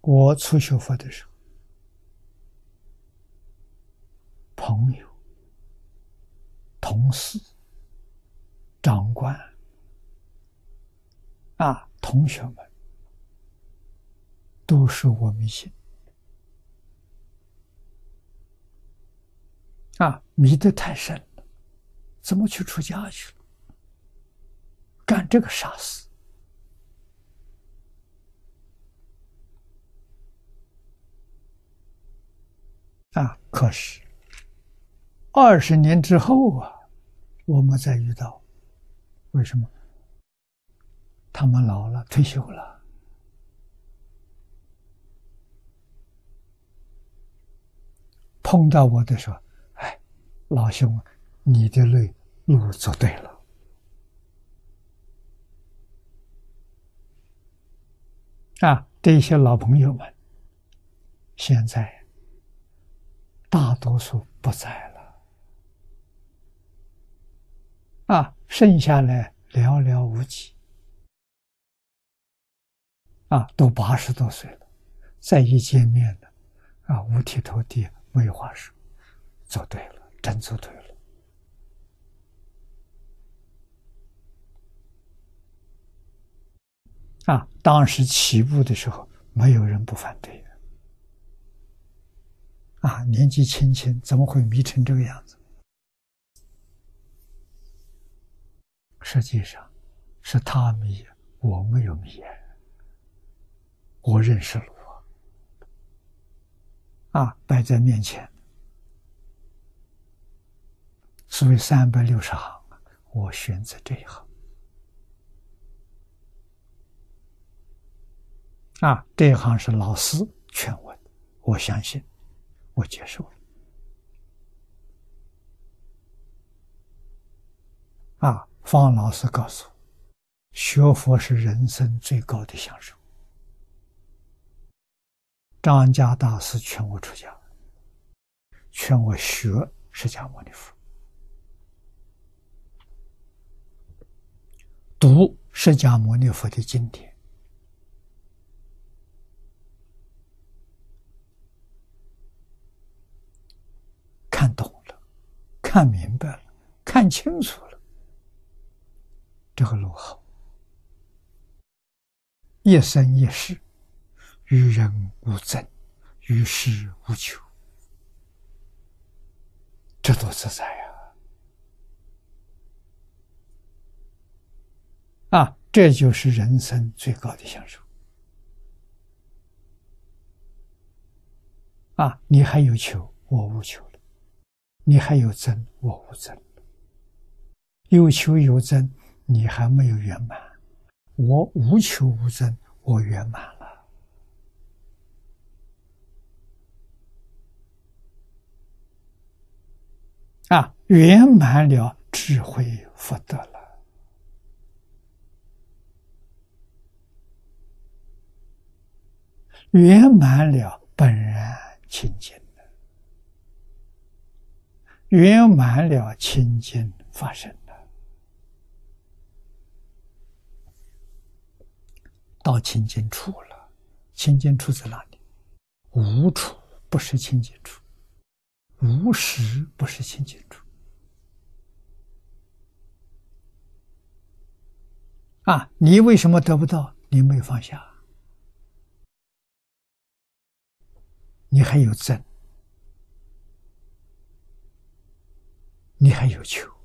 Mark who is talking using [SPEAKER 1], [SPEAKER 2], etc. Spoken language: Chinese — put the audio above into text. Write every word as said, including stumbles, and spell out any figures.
[SPEAKER 1] 我初学佛的时候，朋友、同事、长官啊，同学们都说我迷信啊，迷得太深了，怎么去出家去了？干这个傻事啊！可是二十年之后啊，我们再遇到，为什么？他们老了，退休了，碰到我的时候，哎，老兄，你的路路走对了啊！这些老朋友们，现在大多数不在了啊，剩下来寥寥无几啊，都八十多岁了，再一见面呢，啊，五体投地，没话说，走对了，真走对了。啊，当时起步的时候，没有人不反对啊，年纪轻轻怎么会迷成这个样子？实际上是他迷，我没有迷，我认识路啊，摆在面前，所谓三百六十行，我选择这一行啊，这一行是老师劝我的，我相信，我接受了啊。方老师告诉我，学佛是人生最高的享受。张家大师劝我出家，劝我学释迦牟尼佛，读释迦牟尼佛的经典，看懂了，看明白了，看清楚了，这个路好，一生一世，与人无争，与世无求，这多自在呀！啊，这就是人生最高的享受啊！你还有求，我无求了；你还有争，我无争了。有求有争，你还没有圆满；我无求无争，我圆满了。啊，圆满了智慧福德了，圆满了本然清净了，圆满了清净发生了。到清净处了，清净处在哪里？无处不是清净处，无时不是清净处。啊，你为什么得不到？你没放下，你还有争，你还有求。